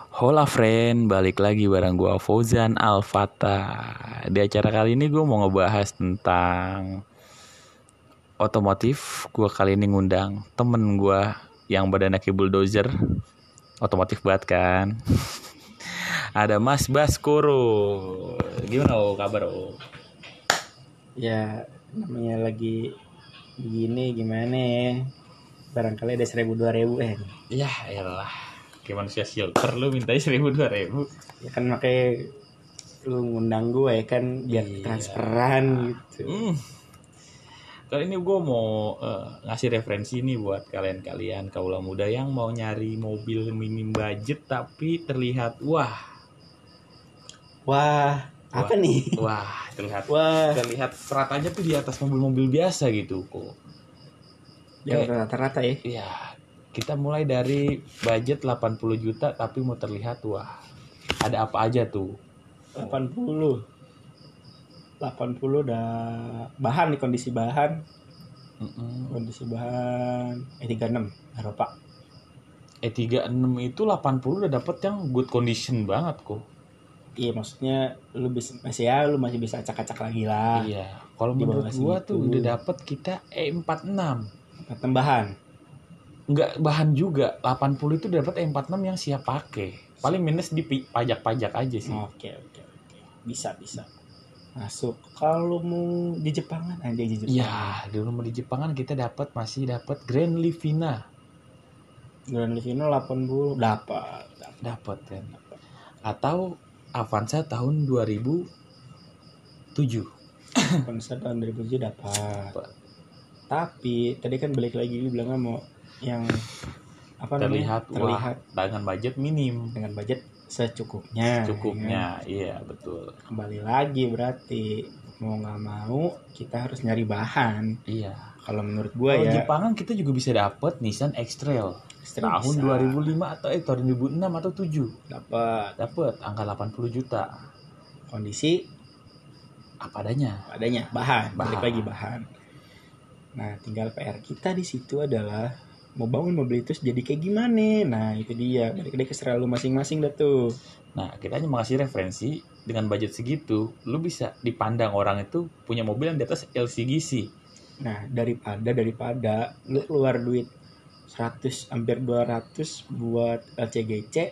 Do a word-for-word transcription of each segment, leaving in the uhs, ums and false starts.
Hola friend, balik lagi bareng gue Fauzan Al-Fatah. Di acara kali ini gue mau ngebahas tentang otomotif. Gue kali ini ngundang temen gue yang badannya kayak bulldozer. Otomotif banget kan. Ada Mas Baskoro. Gimana oh kabar oh? Ya namanya lagi begini gimana ya, barangkali ada seribu dua ribu eh Ya elah, kayak manusia shelter lu mintanya seribu dua ribu. ya kan, makanya lu ngundang gue ya kan biar Iya. transferan gitu. Hmm. Kali ini gue mau uh, ngasih referensi nih buat kalian-kalian kaula muda yang mau nyari mobil minim budget tapi terlihat wah. Wah, apa Wah, nih? Wah, terlihat Wah, terlihat seratanya tuh di atas mobil-mobil biasa gitu kok. yang Kayak, rata-rata ya. Iya, kita mulai dari budget delapan puluh juta tapi mau terlihat wah. Ada apa aja tuh? delapan puluh delapan puluh udah bahan nih, kondisi bahan. Mm-mm. Kondisi bahan E tiga puluh enam Eropa. E tiga puluh enam itu delapan puluh udah dapet yang good condition banget kok. Iya, maksudnya lu bisa masih ya lu masih bisa acak-acak lagi lah. Iya, kalau Di menurut bawah gua segitu. tuh udah dapet kita E empat puluh enam. Tambahan. Enggak bahan juga, delapan puluh itu dapat E empat puluh enam yang siap pakai. Paling minus di pi- pajak-pajak aja sih. Oke oke oke, bisa bisa masuk. Kalau mau di Jepangan aja di Jepang. Iya, di rumah di Jepangan kita dapat masih dapat Grand Livina. Grand Livina delapan puluh dapat. Dapat kan. Atau Avanza tahun dua ribu tujuh. Avanza tahun dua ribu tujuh dapat. Tapi tadi kan balik lagi lu bilangnya mau yang apa terlihat, namanya? Terlihat wah, dengan budget minim. Dengan budget secukupnya. Cukupnya, Ya. iya betul. Kembali lagi berarti mau nggak mau kita harus nyari bahan. Iya. Kalau menurut gua Kalau ya. Jepangan kita juga bisa dapat Nissan X-Trail tahun Bisa. dua ribu lima atau eh tahun dua ribu enam atau tujuh. Dapat. Dapat angka delapan puluh juta. Kondisi Apa adanya. Apa adanya, bahan. Bahan. Balik lagi bahan. Nah, tinggal P R kita di situ adalah mau bangun mobil itu jadi kayak gimana. Nah, itu dia. Balik lagi ke selera lu masing-masing dah tuh. Nah, kita hanya mengasih referensi dengan budget segitu, lu bisa dipandang orang itu punya mobil yang di atas L C G C. Nah, daripada daripada lu keluar duit seratus hampir dua ratus buat L C G C,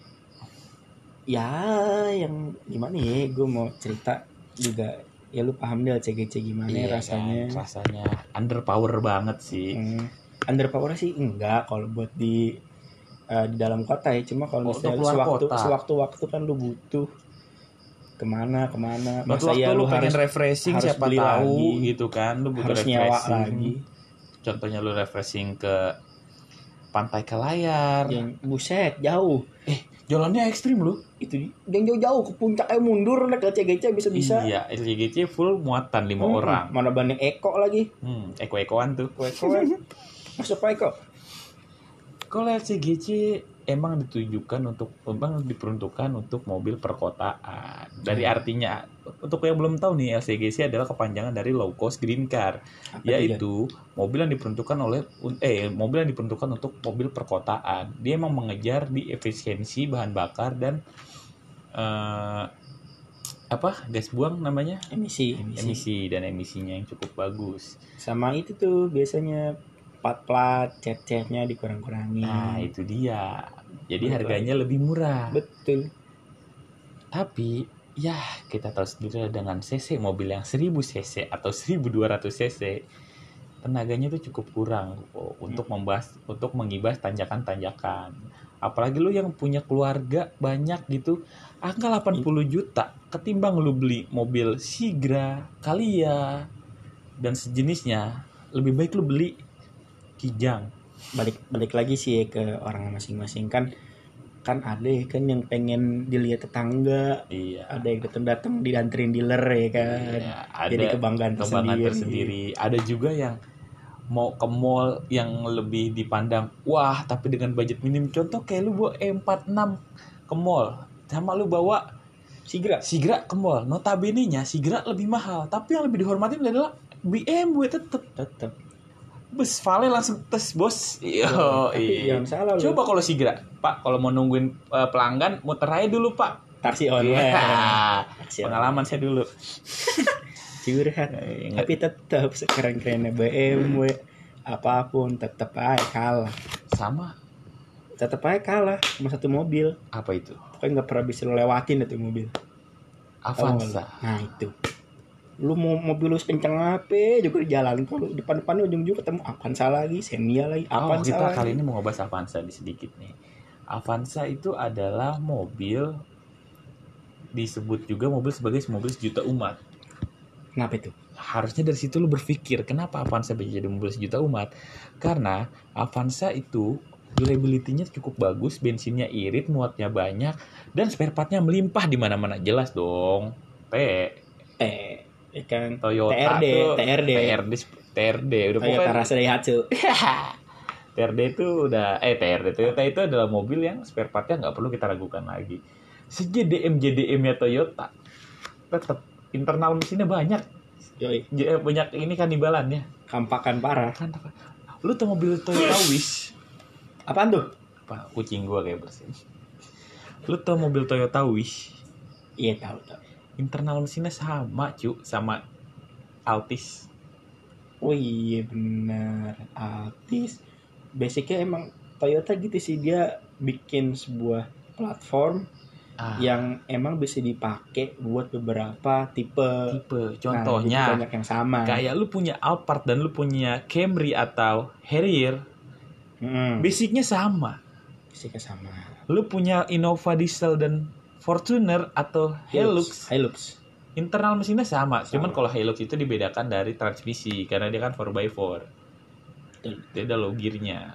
ya yang gimana ya, gue mau cerita juga ya, lu paham deh L C G C gimana Iya, rasanya. Kan? Rasanya underpower banget sih. Hmm, underpower sih enggak kalau buat di uh, di dalam kota ya, cuma kalau Oh, misalnya untuk keluar sewaktu kota. sewaktu-waktu kan lu butuh kemana kemana, Waktu masa ya lu lu pengen harus refreshing harus siapa beli tahu lagi. gitu kan, lu butuh harus nyewa refreshing. lagi. Contohnya lu refreshing ke Pantai Kelayar. Yang buset jauh. Eh, jalannya ekstrim lu. Itu yang jauh-jauh ke puncaknya mundur naik L C G C bisa-bisa. Iya, L C G C full muatan lima Hmm, orang. Mana banding Eko lagi. Hmm, eko-ekoan tuh. Eko masuk apa Eko? Kalau L C G C emang ditujukan untuk emang diperuntukkan untuk mobil perkotaan. Dari artinya, untuk yang belum tahu nih, L C G C adalah kepanjangan dari low cost green car, Apa yaitu dia? mobil yang diperuntukkan oleh eh mobil yang diperuntukkan untuk mobil perkotaan. Dia emang mengejar di efisiensi bahan bakar dan eh, apa gas buang namanya Emisi, emisi. emisi. emisi dan emisinya yang cukup bagus. Sama itu tuh biasanya plat-plat, cat-catnya dikurang-kurangin. Nah, itu dia. Jadi Betul. harganya lebih murah. Betul. Tapi ya kita tahu sendiri dengan cc mobil yang seribu cc atau seribu dua ratus cc, tenaganya itu cukup kurang oh, untuk membahas untuk mengibas tanjakan-tanjakan. Apalagi lu yang punya keluarga banyak gitu, angka delapan puluh juta ketimbang lu beli mobil Sigra, Kalia dan sejenisnya, lebih baik lu beli Kijang. Balik balik lagi sih ya ke orang masing-masing kan. Kan ada ya kan yang pengen dilihat tetangga. Iya. Ada yang datang-datang dianterin dealer ya kan. Iya, ada jadi kebanggaan, kebanggaan tersendiri. tersendiri. Ada juga yang mau ke mall yang lebih dipandang wah tapi dengan budget minim. Contoh kayak lu bawa E empat puluh enam ke mall sama lu bawa Sigra Sigra ke mall, notabene-nya Sigra lebih mahal, tapi yang lebih dihormatin adalah B M W tetap tetap. bus Vale langsung tes bos. Yo, Tapi jangan salah lu. coba kalau Sigra, Pak, kalau mau nungguin uh, pelanggan muter aja dulu Pak. Taksi online. Ya, Taksi pengalaman saya dulu. Curhat. Eh, Tapi tetap sekeren-kerennya B M W apapun tetap aja kalah. Sama. Tetap aja kalah sama satu mobil. Apa itu? Pokoknya nggak pernah bisa lo lewatin itu mobil. Avanza. Nah itu. Lu mau mobil lu kenceng apa juga di jalan, kalau depan-depan ujung-ujung ketemu Avanza lagi, Xenia lagi, Oh, Avanza kita lagi. kali ini mau ngebahas Avanza di sedikit nih. Avanza itu adalah mobil, disebut juga mobil sebagai mobil sejuta umat. Kenapa itu? Harusnya dari situ lu berpikir, kenapa Avanza bisa jadi mobil sejuta umat? Karena Avanza itu durability-nya cukup bagus, bensinnya irit, muatnya banyak, dan spare part-nya melimpah di mana-mana. Jelas dong. P T ikan Toyota T R D, tuh, T R D, T R D, T R D udah Toyota pokoknya Rasa Daihatsu. T R D itu udah eh T R D Toyota itu adalah mobil yang spare part-nya nggak perlu kita ragukan lagi. Si J D M J D M-nya Toyota tetap internal mesinnya banyak. Yoi, J- banyak ini kanibalannya. kampakan parah. Kan lu tuh mobil Toyota Wish. Apaan tuh? Apa kucing gua kayak bersin. Lu tuh mobil Toyota Wish. Iya tahu tahu. Internal mesinnya sama, cu, sama Altis. Oh iya benar. Altis. Basicnya emang Toyota gitu sih, dia bikin sebuah platform Ah, yang emang bisa dipakai buat beberapa tipe. tipe. Nah, Contohnya, jadi banyak yang sama. kayak lu punya Alphard dan lu punya Camry atau Harrier, Hmm, basicnya sama. basicnya sama. Lu punya Innova Diesel dan Fortuner atau Hilux, Hilux. internal mesinnya sama. Sama. Cuman kalau Hilux itu dibedakan dari transmisi karena dia kan four by four. Betul. Dia ada low gear-nya.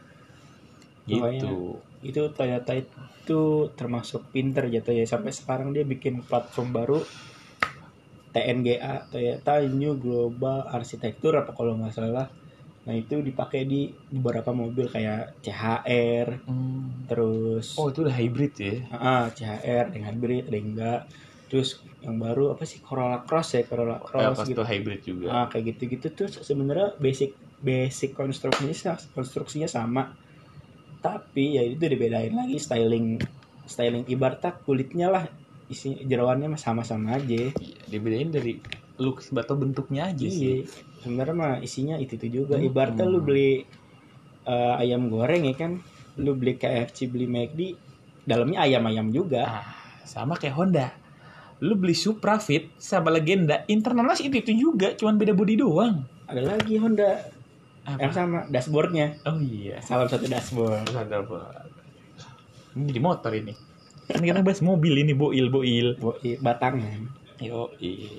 Gitu. Itu Toyota itu termasuk pinter jatuhnya, sampai sekarang dia bikin platform baru T N G A, Toyota New Global Architecture apa kalau nggak salah. Nah itu dipakai di beberapa mobil kayak C H R, Hmm. terus Oh, itu udah hybrid ya. ah, C H R dengan hybrid ada yang enggak. Terus yang baru apa sih, Corolla Cross ya, Corolla Eh, Cross pas gitu. itu hybrid juga. Ah, kayak gitu-gitu tuh sebenarnya basic basic konstruksinya konstruksinya sama. Tapi ya itu dibedain lagi styling styling ibaratnya kulitnya lah, isi jerawannya mah sama-sama aja. Iya, dibedain dari look atau bentuknya aja sih. Iya. Sebenarnya mah isinya itu itu juga. Hmm. Ibaratnya lu beli eh, ayam goreng ya kan, lu beli K F C, beli McD, dalamnya ayam-ayam juga. Ah, sama kayak Honda. Lu beli Supra Fit sama Legenda, internalnya sih itu itu juga, cuman beda body doang. Ada lagi Honda yang Apa? sama dashboardnya. Oh iya. Salam satu dashboard. Sadar banget. Ini di motor ini. Kan kita bahas mobil ini, boil boil. Bo- i- Batangan. Yo,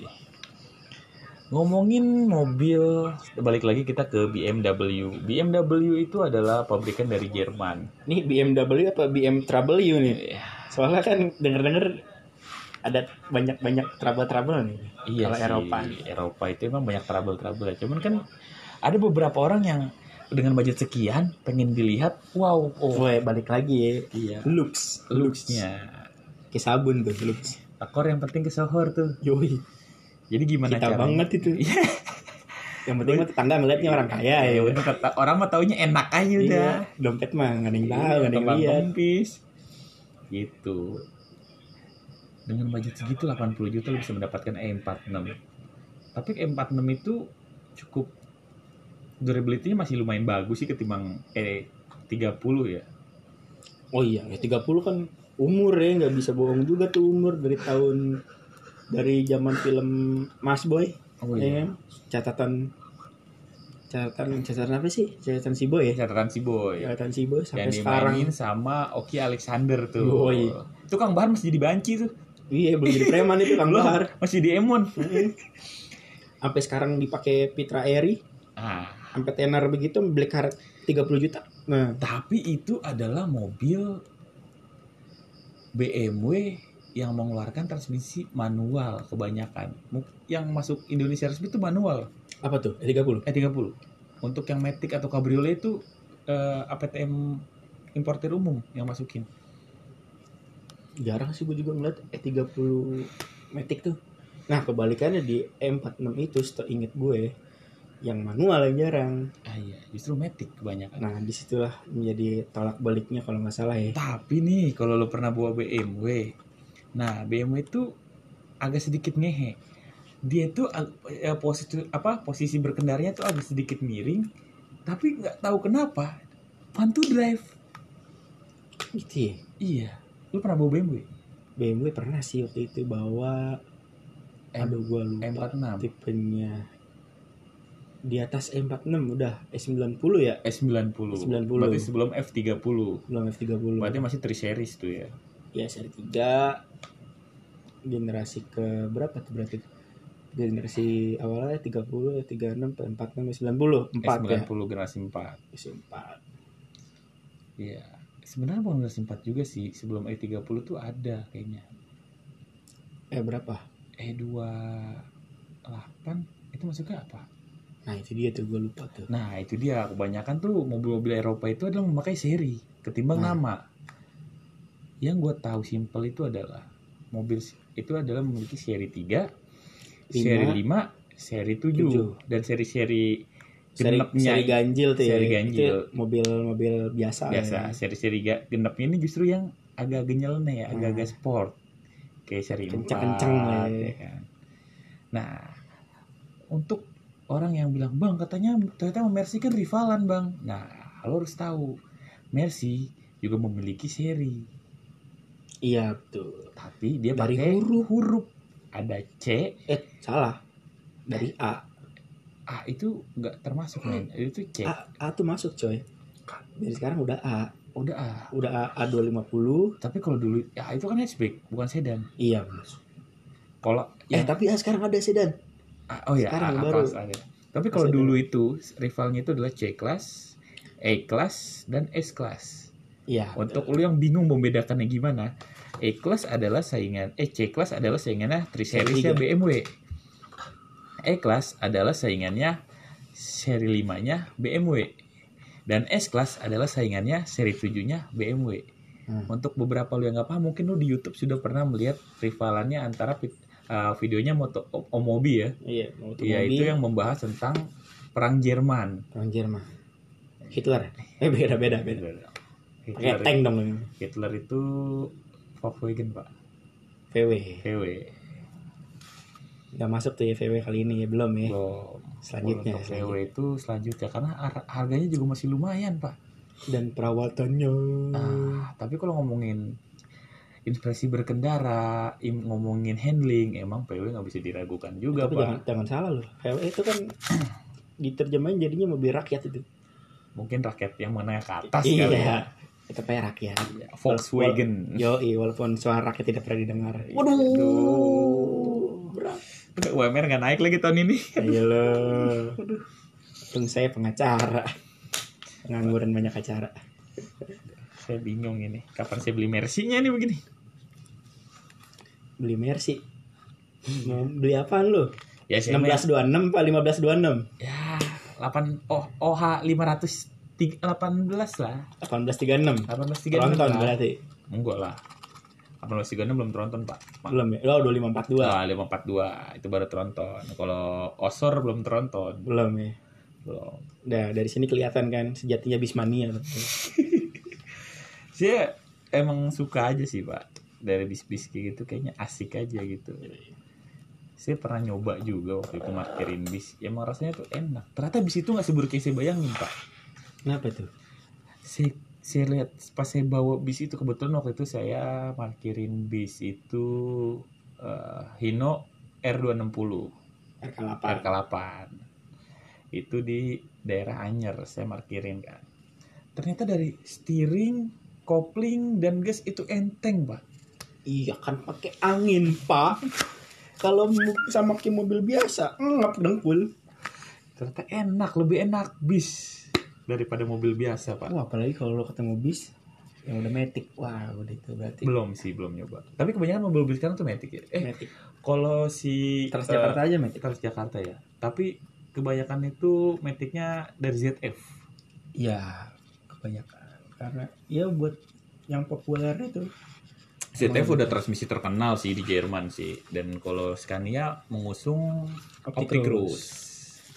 ngomongin mobil, balik lagi kita ke B M W. B M W itu adalah pabrikan dari Jerman. Nih B M W apa B M Trouble You nih? Ya, Soalnya kan denger-denger ada banyak-banyak trouble-trouble nih. iya Kalau sih. Eropa. Eropa itu emang banyak trouble-trouble ya. Cuman kan ada beberapa orang yang dengan budget sekian pengen dilihat, wow, oh, Woi, balik lagi ya. iya, Looks, looks-nya. Kayak sabun tuh looks. Akor yang penting ke sohor tuh. Yoi, Jadi gimana kita caranya? banget itu. Yang penting mah tetangga ngeliatnya orang kaya ya. Ya udah, kata orang mah taunya enak aja udah. Iya, dompet mah nggak ada yang tahu, Iya, nggak ada yang kembang lihat. kempis. Gitu. Dengan budget segitu delapan puluh juta lu bisa mendapatkan E empat puluh enam. Tapi E empat puluh enam itu cukup durability-nya masih lumayan bagus sih ketimbang E tiga puluh ya. Oh iya, ya tiga puluh kan umur ya, nggak bisa bohong juga tuh umur dari tahun dari zaman film Mas Boy. Oh Ya kan? Catatan catatan catatan apa sih? Catatan si Boy ya. Catatan si Boy. Catatan si Boy sampai Yang sekarang. dimainin sama Oki Alexander tuh. Yoi. Itu Kang Bahar masih jadi banci tuh. Iya, belum jadi preman itu Kang Belum, Bahar. masih di Emon. Sampai sekarang dipakai Pitra Eri, Ah, sampai tenar begitu beli karet tiga puluh juta. Nah, tapi itu adalah mobil B M W yang mengeluarkan transmisi manual kebanyakan. Mu- Yang masuk Indonesia resmi itu manual. apa tuh? E tiga puluh. E tiga puluh. Untuk yang Matic atau Cabriolet itu eh, A P T M importer umum yang masukin. Jarang sih gue juga ngeliat E tiga puluh Matic tuh. Nah, kebalikannya di E empat puluh enam itu, seinget gue, yang manual yang jarang. Ah iya, justru Matic kebanyakan. Nah disitulah menjadi tolak baliknya kalau nggak salah ya. Tapi nih kalau lo pernah bawa B M W, nah B M W itu agak sedikit ngehe. Dia tuh ya, posisi apa posisi berkendaranya tuh agak sedikit miring, tapi nggak tahu kenapa fun to drive. Gitu ya. Iya, lo pernah bawa B M W? B M W pernah sih waktu itu bawa. Aduh gua lupa E empat enam tipenya. Di atas E empat enam udah E sembilan puluh ya? E sembilan puluh. E sembilan puluh. Berarti sebelum F tiga puluh. Belum F tiga puluh. Berarti masih tiga series tuh ya. Ya seri tiga. Generasi ke berapa tuh berarti? Generasi awalnya tiga puluh, tiga puluh enam, empat puluh enam, sembilan puluh. empat E sembilan puluh ya? generasi empat. generasi empat. Iya. Sebenarnya bukan generasi empat juga sih. Sebelum E tiga puluh tuh ada kayaknya. Eh berapa? E dua puluh delapan itu masuknya apa? Nah itu dia tuh gue lupa tuh. Nah itu dia, kebanyakan tuh mobil-mobil Eropa itu adalah memakai seri ketimbang Nah. nama. Yang gue tahu simpel itu adalah mobil itu adalah memiliki seri tiga, Lima. seri lima, seri tujuh, Tujuh. dan seri-seri Seri, genepnya seri ganjil tuh ya. seri ganjil. Itu mobil-mobil biasa. biasa. Ya. Seri-seri ga- genepnya ini justru yang agak-agak nyeleneh ya, Hmm. agak-agak sport. Kayak seri Kenceng-kenceng empat, lah ya. ya kan. Nah, untuk orang yang bilang, "Bang, katanya ternyata Mercy kan rivalan, Bang." Nah, lo harus tahu, Mercy juga memiliki seri. Iya betul. Tapi dia Dari pakai huruf. huruf. Ada C, Eh salah. Dari A. A itu nggak termasuk, men. Itu C. A, A tuh masuk coy. Dari sekarang udah A. Udah A. Udah A, A dua lima puluh. Tapi kalau dulu, ya itu kan hatchback, bukan sedan. Iya benar. Kalau Eh yang tapi A sekarang ada sedan. Ah, oh ya, Sekarang A, A baru. kelas ada. Tapi kalau Masih ada. dulu itu rivalnya itu adalah C class, A class, dan S class. Iya. Untuk lu yang bingung membedakannya gimana, A class adalah saingan, eh C class adalah saingannya tiga seriesnya B M W. A class adalah saingannya seri lima-nya B M W. Dan S class adalah saingannya seri tujuh-nya B M W. Hmm. Untuk beberapa lu yang nggak paham, mungkin lu di YouTube sudah pernah melihat rivalannya antara uh, videonya moto Omobi ya. Iya. Iya, itu yang membahas tentang perang Jerman. Perang Jerman. Hitler. Eh beda beda beda. Pakai Hitler, tank dong ini. Hitler itu Volkswagen, Pak. V W. V W. Nggak masuk tuh ya V W kali ini ya belum ya. Belum. Selanjutnya, Untuk V W itu selanjutnya karena har- harganya juga masih lumayan, Pak. Dan perawatannya. Ah, tapi kalau ngomongin inspirasi berkendara, im- ngomongin handling, emang V W nggak bisa diragukan juga, Tapi Pak. jangan jangan salah loh. V W itu kan diterjemahin jadinya mobil rakyat itu. Mungkin rakyat yang menengah ke atas Iya. kali ya. Tetap aja rakyat. Iya, Volkswagen. Yo, walaupun suara rakyat tidak pernah didengar. Waduh. Berat. U M R nggak naik lagi tahun ini. Ayo loh. Untung saya pengacara. Pengangguran banyak acara. Saya bingung ini. Kapan saya beli Mercy-nya nih begini? Beli Mercy. Mau beli apaan lu? Ya saya enam belas dua puluh enam Pak, lima belas dua puluh enam. ya delapan oh O H lima ratus delapan belas lah. delapan belas tiga puluh enam. delapan belas tiga puluh enam Tronton lah. berarti. Enggak lah. delapan belas tiga puluh enam belum tronton, Pak. Belum ya? Oh, dua lima empat dua. Nah, lima empat dua itu baru tronton. Kalau Osor belum tronton. Belum ya. Belum. Nah, dari sini kelihatan kan sejatinya Bismania. Saya emang suka aja sih, Pak. Dari bis-bis kayak gitu kayaknya asik aja gitu. Saya pernah nyoba juga waktu itu parkirin bis. Emang rasanya tuh enak. Ternyata bis itu nggak seburuk yang saya bayangin, Pak. Kenapa tuh? Saya, saya lihat pas saya bawa bis itu, kebetulan waktu itu saya parkirin bis itu uh, Hino R dua enam nol R K delapan. R K delapan. Itu di daerah Anyer saya parkirin kan. Ternyata dari steering, kopling, dan gas itu enteng, Pak. Iya kan pakai angin, Pak. Kalau sama kayak mobil biasa, ngap dengkul. Ternyata enak, lebih enak bis daripada mobil biasa, Pak. Wah, apalagi kalau lo ketemu bis yang udah Matic. Wah, udah itu berarti. Belum sih, belum nyoba. Tapi kebanyakan mobil bis sekarang tuh Matic ya. Eh, Matic. kalau si Transjakarta eh, aja Matic. Transjakarta ya. Tapi kebanyakan itu Matic-nya dari Z F. Iya, kebanyakan. Karena ya buat yang populer itu. Z F udah transmisi terkenal sih di Jerman sih. Dan kalau Scania mengusung Opti Opti Cruise.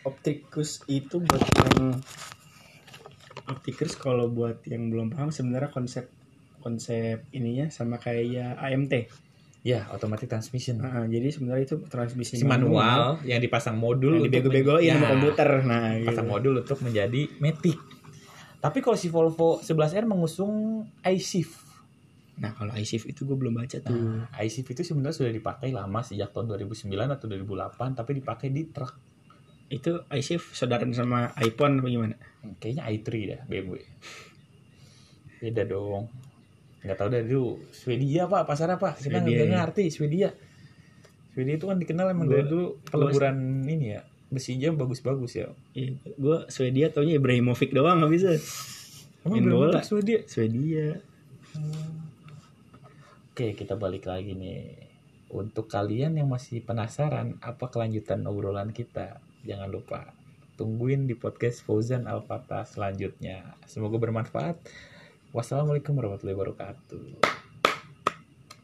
Optikus itu buat yang Optikus kalau buat yang belum paham sebenarnya konsep konsep ininya sama kayak A M T. Ya, automatic transmission. Nah, jadi sebenarnya itu transmisi Si manual, manual yang dipasang modul yang dibego-begoin men- sama ya, komputer. Nah, pasang gitu. modul untuk menjadi Matic. Tapi kalau si Volvo sebelas R mengusung iShift. Nah, kalau iShift itu gue belum baca tuh. Nah, iShift itu sebenarnya sudah dipakai lama sejak tahun dua ribu sembilan atau dua ribu delapan, tapi dipakai di truk. Itu iShift saudaraan sama iPhone apa gimana? Kayaknya i tiga dah, B M W. Beda dong. Nggak tahu dari dulu. Swedia Pak, pasar apa? Kita nggak ngerti Swedia. Swedia itu kan dikenal emang gua, dari dulu peleburan gua, ini ya. Besinya bagus-bagus ya. Iya, gue Swedia taunya Ibrahimovic doang nggak bisa. Emang bola Swedia? Swedia. Hmm. Oke, kita balik lagi nih. Untuk kalian yang masih penasaran apa kelanjutan obrolan kita, jangan lupa tungguin di podcast Fauzan Al-Fatah selanjutnya. Semoga bermanfaat. Wassalamualaikum warahmatullahi wabarakatuh.